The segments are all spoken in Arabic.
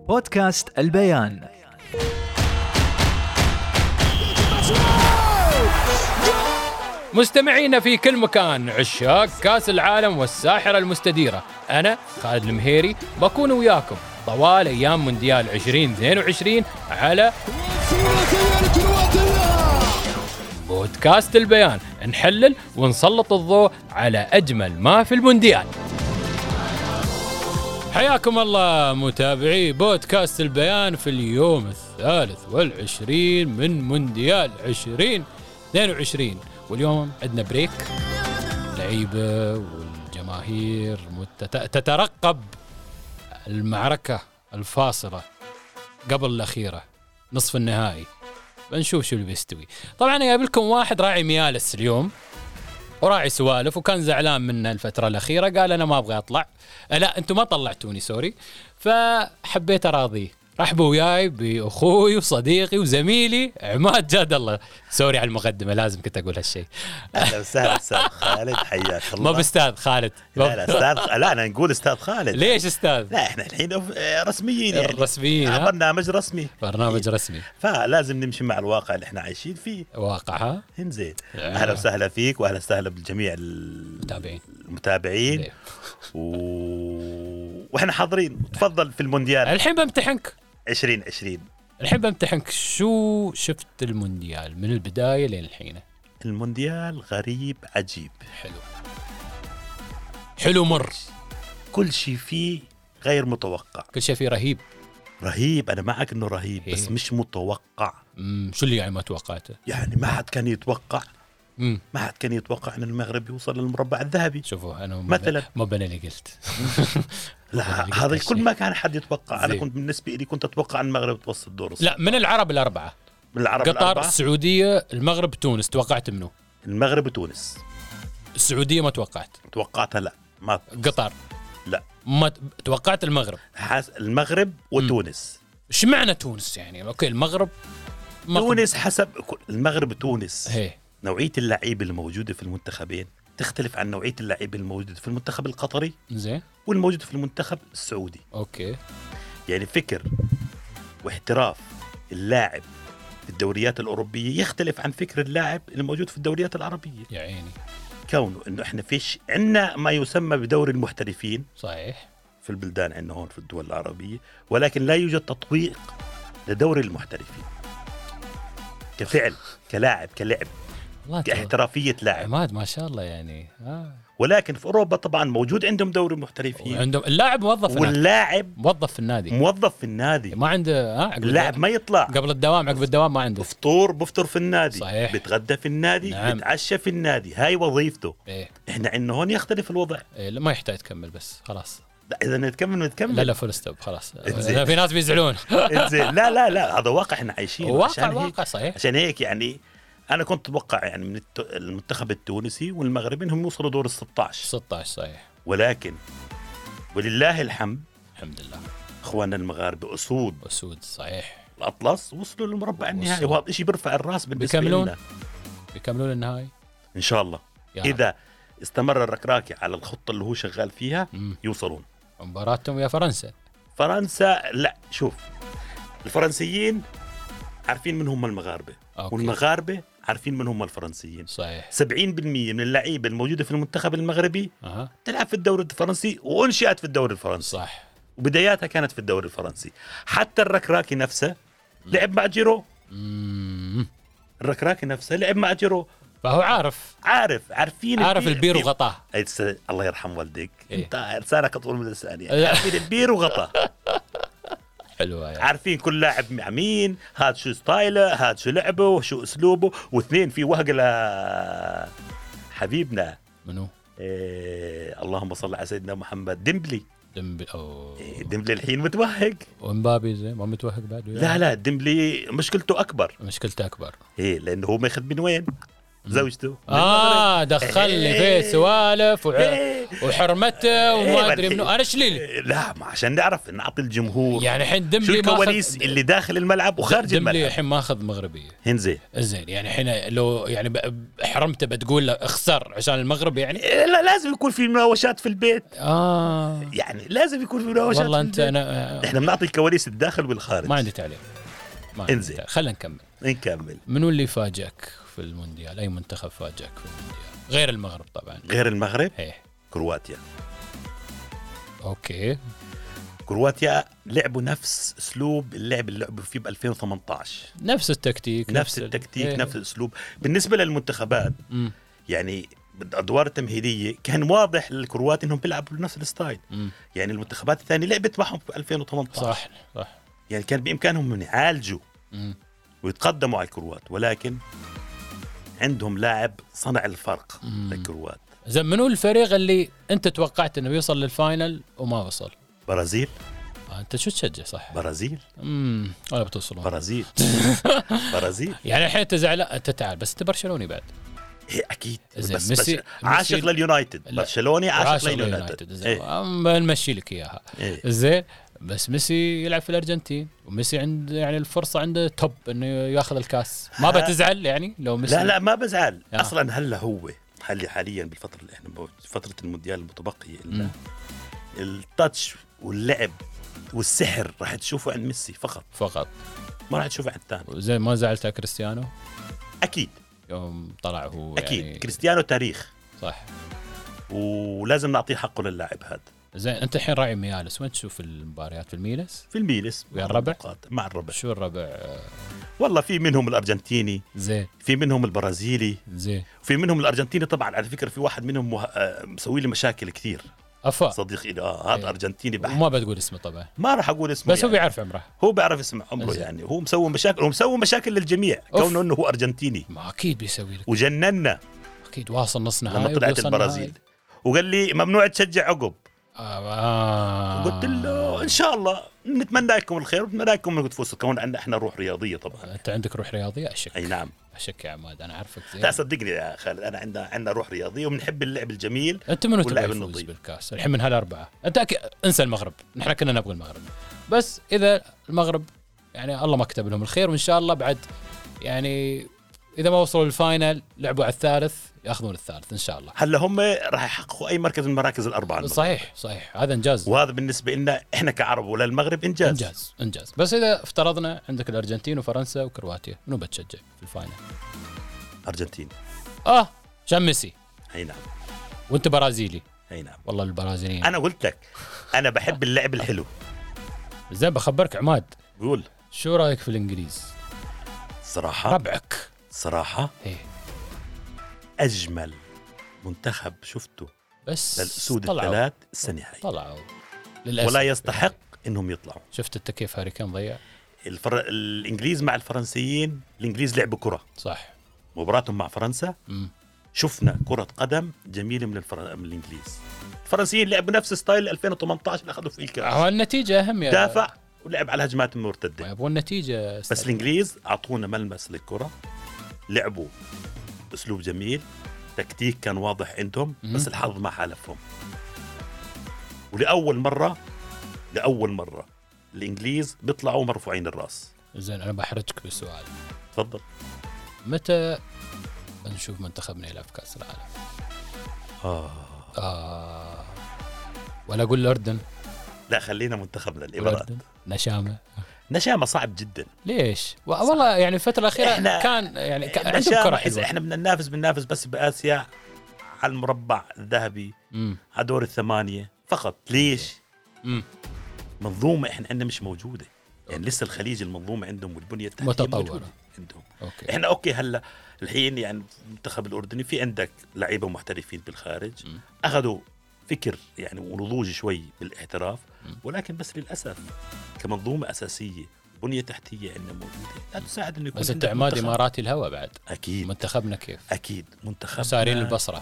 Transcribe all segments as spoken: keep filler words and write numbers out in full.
بودكاست البيان. مستمعينا في كل مكان، عشاق كاس العالم والساحرة المستديرة، أنا خالد المهيري بكون وياكم طوال أيام مونديال عشرين اثنين وعشرين على بودكاست البيان. نحلل ونسلط الضوء على أجمل ما في المونديال. حياكم الله متابعي بودكاست البيان في اليوم الثالث والعشرين من مونديال عشرين اثنين وعشرين، واليوم عندنا بريك. لعيبة والجماهير تترقب المعركة الفاصلة قبل الأخيرة، نصف النهائي. بنشوف شو اللي بيستوي. طبعا يقابلكم واحد راعي ميالس اليوم وراعي سوالف، وكان زعلان منا الفترة الأخيرة، قال أنا ما أبغى أطلع. لا أنتم ما طلعتوني سوري، فحبيت أراضيه. رحبوا وياي بأخوي وصديقي وزميلي عماد جاد الله. سوري على المقدمة، لازم كنت أقول هالشيء. أهلا وسهلا أستاذ خالد، حياك الله. ما بأستاذ خالد. لا لا أستاذ، لا أنا نقول أستاذ خالد. ليش أستاذ؟ لا إحنا الحين رسميين يعني. رسميين. برنامج رسمي. برنامج رسمي. فلازم نمشي مع الواقع اللي إحنا عايشين فيه. واقع ها؟ إنزين. أهلا وسهلا فيك وأهلا وسهلا بالجميع المتابعين. المتابعين. و... وإحنا حاضرين. تفضل في المونديال. الحين بمتحنك. عشرين عشرين. الحين بمتحنك، شو شفت المونديال من البداية لين الحين؟ المونديال غريب عجيب. حلو حلو مر. كل شيء فيه غير متوقع. كل شيء فيه رهيب. رهيب، أنا معك إنه رهيب. هي. بس مش متوقع. مم. شو اللي يعني ما توقعته؟ يعني ما حد كان يتوقع. مم. ما حد كان يتوقع أن المغرب يوصل للمربع الذهبي. شوفوا أنا مثلا ما بنا اللي قلت. لا هذا كل ما كان حد يتوقع. أنا كنت بالنسبة لي كنت أتوقع أن المغرب توصل دور الصف. لا من العرب الأربعة. من العرب قطر الأربعة. السعودية المغرب تونس. توقعت منه؟ المغرب وتونس. السعودية ما توقعت. توقعتها لا ما. قطر لا ما توقعت. المغرب حاس المغرب وتونس. ايش معنى تونس يعني؟ اوكي المغرب تونس حسب المغرب وتونس. هي. نوعية اللعيبة الموجودة في المنتخبين تختلف عن نوعية اللعيبة الموجودة في المنتخب القطري زين والموجودة في المنتخب السعودي. اوكي. يعني فكر واحتراف اللاعب في الدوريات الأوروبية يختلف عن فكر اللاعب الموجود في الدوريات العربية. يا عيني. كونه إنه إحنا فيش عنا ما يسمى بدوري المحترفين. صحيح. في البلدان عندنا هون في الدول العربية، ولكن لا يوجد تطبيق لدوري المحترفين كفعل كلاعب كلعب كاحترافية لاعب. عماد ما شاء الله يعني. آه. ولكن في أوروبا طبعا موجود عندهم دوري محترفين. عندهم اللاعب موظف. واللاعب موظف في النادي. موظف في النادي. ما عنده آه اللاعب ما يطلع قبل الدوام، عقب الدوام ما عنده. بفطور بفطر في النادي. صحيح. بتغدى في النادي. نعم. بتعشى في النادي. هاي وظيفته. إيه. إحنا عندنا هون يختلف الوضع. إيه ما يحتاج تكمل بس خلاص. لا إذا نتكمل نتكمل. لا لا فول ستوب خلاص. في ناس بيزعلون. لا لا لا هذا واقع إحنا عايشين. واقع واقع صحيح. عشان هيك يعني أنا كنت أتوقع يعني من المنتخب التونسي والمغربي إنهم يوصلوا دور الستة عشر. ستة عشر صحيح. ولكن ولله الحمد الحمد لله إخواننا المغاربة أسود. أسود صحيح. الأطلس وصلوا للمربع النهائي، وهذا إشي بيرفع الرأس بالنسبة بيكملون لنا. بيكملون النهائي إن شاء الله. إذا استمر الركراكي على الخطة اللي هو شغال فيها مم. يوصلون. مباراتهم يا فرنسا. فرنسا لا شوف، الفرنسيين عارفين من هم المغاربة. أوكي. والمغاربة عارفين من هم الفرنسيين. صحيح. سبعين بالمية من اللعيبة الموجودة في المنتخب المغربي أه. تلعب في الدوري الفرنسي وانشئت في الدوري الفرنسي. صح. وبداياتها كانت في الدوري الفرنسي. حتى الركراكي نفسه لعب مع جيرو. مم. الركراكي نفسه لعب مع جيرو، فهو عارف عارف عارفين عارف البير وغطاه. الله يرحم والديك. إيه؟ انت لسانك اطول من لساني. عارفين البير وغطاه. حلوة يعني. عارفين كل لاعب مع مين، هاد شو ستايله، هاد شو لعبه وشو اسلوبه. واثنين في وهق ل حبيبنا منو؟ إيه اللهم صل على سيدنا محمد. ديمبلي. ديمبلي أو إيه ديمبلي الحين متوهق. ومبابي زي ما متوهق بعد. لا لا ديمبلي مشكلته اكبر. مشكلته اكبر. ايه لانه هو ماخذ من وين؟ زوجته اه دخل لي في سوالف وع... وحرمته وما ادري منو. انا شليلي لا ما عشان نعرف نعطي الجمهور يعني الحين دم شو لي الكواليس اللي داخل الملعب وخارج دم الملعب. لي الحين ماخذ مغربيه هنزين زين يعني الحين لو يعني حرمته بتقول له اخسر عشان المغرب يعني لا لازم يكون في مناوشات في البيت. اه يعني لازم يكون في مناوشات. والله انت انا احنا بنعطي الكواليس الداخل والخارج. ما عندي تعليق. انزين خلينا نكمل نكمل. منو اللي فاجأك في المونديال؟ اي منتخب فاجأك في المونديال غير المغرب طبعا؟ غير المغرب هي. كرواتيا. اوكي كرواتيا لعبوا نفس اسلوب اللعب اللي لعبوا فيه ب ألفين وثمانية عشر. نفس التكتيك نفس, نفس التكتيك ايه. نفس الاسلوب. بالنسبه للمنتخبات م. يعني بالادوار التمهيديه كان واضح للكروات انهم بيلعبوا بنفس الستايل. م. يعني المنتخبات الثانيه لعبت معهم في ألفين وثمانية عشر. صح صح. يعني كان بامكانهم يعالجوا م. ويتقدموا على الكروات ولكن عندهم لاعب صنع الفرق للكروات. زين منو الفريق اللي انت توقعت انه يوصل للفاينل وما وصل؟ برازيل. آه انت شو تشجع صح؟ برازيل. امم ولا بتوصلون؟ برازيل. برازيل. يعني الحين انت زعلان انت تعال بس انت برشلوني بعد. إيه اكيد بس, ميسي بس عاشق لليونايتد. برشلوني عاشق لليونايتد. إيه؟ بنمشي لك اياها. إيه؟ زين بس ميسي يلعب في الارجنتين وميسي عند يعني الفرصه عنده توب انه ياخذ الكاس. ما بتزعل يعني لو ميسي؟ لا لا ما بزعل. آه. اصلا هلا هو حالي حاليا بالفتره اللي احنا فتره المونديال المتبقيه التاتش واللعب والسحر راح تشوفه عند ميسي فقط فقط ما راح تشوفه عند الثاني. زي ما زعلت كريستيانو اكيد يوم طلع هو اكيد يعني كريستيانو تاريخ صح ولازم نعطيه حقه للاعب هذا. زين انت الحين راعي ميالس وين تشوف المباريات؟ في الميلس؟ في الميلس ويا الربع مع الربع. شو الربع؟ والله في منهم الارجنتيني زين في منهم البرازيلي زين في منهم الارجنتيني طبعا. على فكره في واحد منهم مه... مسوي لي مشاكل كثير أفا. صديقي اه هذا ايه. ارجنتيني بحت. وما بتقول اسمه طبعا. ما راح اقول اسمه بس يعني. هو بيعرف عمره. هو بيعرف اسم عمره ازي. يعني هو مسوي مشاكل هو مسوي مشاكل للجميع كونه انه هو ارجنتيني. ما اكيد بيسوي لك وجننا اكيد. واصل نص نهائي لما طلعت البرازيل وقال لي ممنوع تشجع عقب. آه. قلت له ان شاء الله نتمنى لكم الخير ونتمنى لكم انكم تفوزوا. كون عندنا احنا روح رياضيه طبعا. انت عندك روح رياضيه؟ اشك. اي نعم اشك يا عماد انا عارفك زين. لا صدقني يا خالد انا عندنا عندنا روح رياضيه وبنحب اللعب الجميل. انت منو تبغى يفوز بالكاس الحين من هالاربعه؟ انت أك... انسى المغرب. نحن كنا نبغى المغرب بس اذا المغرب يعني الله ما كتب لهم الخير وان شاء الله بعد يعني اذا ما وصلوا للفاينل لعبوا على الثالث ياخذون الثالث ان شاء الله. هلا هم راح يحققوا اي مركز من المراكز الاربعه. صحيح صحيح هذا انجاز. وهذا بالنسبه لنا احنا كعرب ولا المغرب انجاز. انجاز انجاز. بس اذا افترضنا عندك الارجنتين وفرنسا وكرواتيا منو بتشجع في الفاينل؟ ارجنتين. اه عشان ميسي. اي نعم. وانت برازيلي. اي نعم. والله البرازيليين انا قلت لك انا بحب اللعب الحلو. زين بخبرك عماد. قول شو رايك في الانجليز؟ صراحه ربعك صراحه ايه اجمل منتخب شفته بس للاسود الثلاث السنه هاي طلعوا للاسف ولا يستحق انهم يطلعوا. شفت انت كيف هاري كان ضيع الفر... الانجليز مع الفرنسيين. الانجليز لعبوا كره صح. مباراتهم مع فرنسا م. شفنا كره قدم جميله من, الفر... من الانجليز. الفرنسيين لعبوا نفس ستايل ألفين وثمانية عشر اللي اخذوا فيه الكاس. هو النتيجه اهم يا دافع ولعب على الهجمات المرتده. يبغون النتيجه بس الانجليز اعطونا ملمس للكره. لعبوا اسلوب جميل. تكتيك كان واضح عندهم بس الحظ ما حالفهم. ولاول مره لاول مره الانجليز بيطلعوا مرفوعين الراس. زين انا بحرجك بالسؤال. تفضل. متى نشوف منتخبنا يلعب في كاس العالم؟ آه. آه. ولا اقول الاردن؟ لا خلينا منتخبنا الامارات. نشامه نشامه صعب جدا. ليش؟ والله يعني الفتره الاخيره كان يعني كان عندهم كره حلوه. احنا بدنا ننافس بننافس بس باسيا على المربع الذهبي مم. على دور الثمانيه فقط. ليش؟ مم. منظومه احنا عندنا مش موجوده. يعني لسه الخليج المنظومه عندهم والبنيه التحتيه متطوره عندهم. أوكي. احنا اوكي هلا الحين يعني المنتخب الاردني في عندك لعيبه محترفين بالخارج م. اخذوا فكر يعني ونضوج شوي بالاحتراف م. ولكن بس للاسف كمنظومه اساسيه بنيه تحتيه عندنا موجوده لا تساعد انه يكون. بس اعتماد اماراتي الهوى بعد. اكيد. منتخبنا كيف؟ اكيد منتخبنا سارين البصره.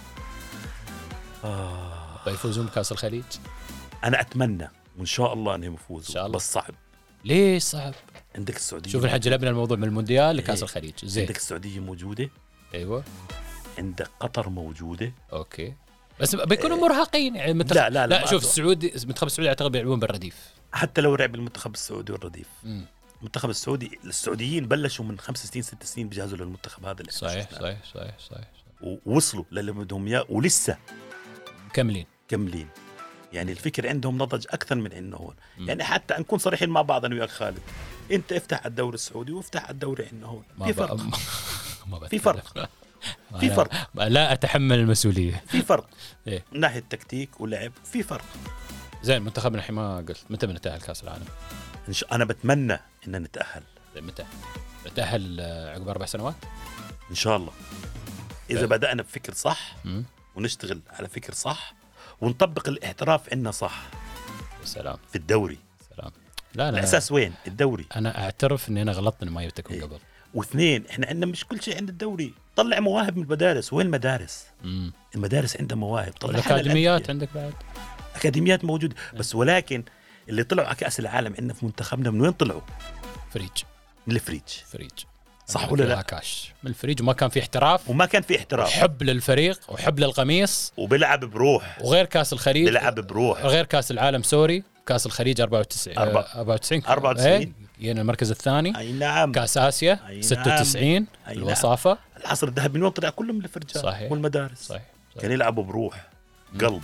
آه. بيفوزون بكاس الخليج. انا اتمنى وان شاء الله انهم يفوزوا بس صعب. ليه صعب؟ عندك السعوديه. شوف الحين جلبنا الموضوع من المونديال لكاس الخليج. زين عندك السعوديه موجوده. ايوه عندك قطر موجوده. اوكي بس بيكونوا مرهقين يعني المنتخب. لا لا لا, لا شوف السعودي المنتخب السعودي اعتقد بيلعبون بالرديف. حتى لو لعب المنتخب السعودي والرديف. مم. المنتخب السعودي السعوديين بلشوا من خمس سنين ست سنين بيجهزوا للمنتخب هذا اللي صحيح صحيح صحيح صحيح, صحيح. ووصلوا للي بدهم اياه ولسه كاملين كاملين. يعني الفكر عندهم نضج اكثر من انه هون. يعني حتى نكون صريحين مع بعض انا وياك خالد، انت افتح الدوري السعودي وافتح الدوري عندنا هون في فرق. في فرق في فرق لا اتحمل المسؤوليه. في فرق إيه؟ من ناحيه تكتيك ولعب في فرق. زين منتخبنا الحين ما قلت متى بنتأهل كاس العالم؟ انا بتمنى ان نتأهل. متى نتأهل؟ عقب اربع سنوات ان شاء الله اذا طيب. بدأنا بفكر صح م? ونشتغل على فكر صح ونطبق الاحتراف عندنا صح. سلام في الدوري. سلام. لا لا الاساس وين؟ الدوري. انا اعترف اني انا غلطت اني ما جبتكم إيه؟ قبل. واثنين احنا عندنا مش كل شيء عند الدوري. طلع مواهب من المدارس. وين المدارس؟ مم. المدارس عندها مواهب. طلع الاكاديميات عندك بعد اكاديميات موجوده م. بس ولكن اللي طلعوا على كاس العالم عندنا في منتخبنا من وين طلعوا؟ فريج. من الفريج. فريج صح ولا لا؟ كاش من الفريج وما كان في احتراف وما كان في احتراف. حب للفريق وحب للقميص وبيلعب بروح. وغير كاس الخليج بيلعب بروح. وغير كاس العالم سوري كاس الخليج أربعة وتسعين أربعة وتسعين أربعة وتسعين يعني المركز الثاني. اي نعم. كاس اسيا أي ستة وتسعين نعم. الوصافه. نعم. العصر الذهبي من وين طلع؟ كلهم من الفرجان صحيح. والمدارس. صحيح. صحيح. كان يلعبوا بروح قلب.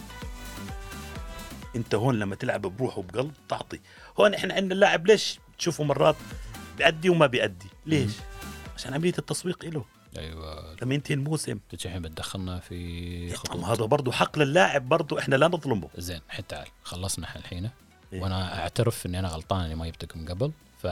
انت هون لما تلعب بروح وبقلب تعطي. هون احنا عندنا اللاعب ليش تشوفه مرات بيأدي وما بيأدي؟ ليش؟ مم. عشان عملية التسويق له. ايوه لما ينتهي الموسم تجي الحين بتدخلنا في خطوط. هذا برضو حق للاعب برضو احنا لا نظلمه. زين الحين تعال خلصنا الحين إيه؟ وانا اعترف اني انا غلطان اني ما جبتكم قبل ف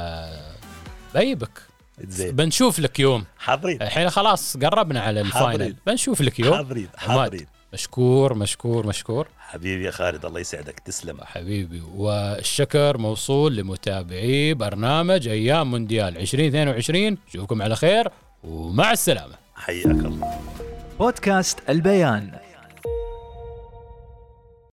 بيبك زين. بنشوف لك يوم حاضرين. الحين خلاص قربنا على الفاينل. بنشوف لك يوم. حاضرين حاضرين. مشكور مشكور مشكور حبيبي يا خالد الله يسعدك. تسلم حبيبي. والشكر موصول لمتابعي برنامج أيام مونديال عشرين اثنين وعشرين. نشوفكم على خير ومع السلامة. حياك الله. بودكاست البيان.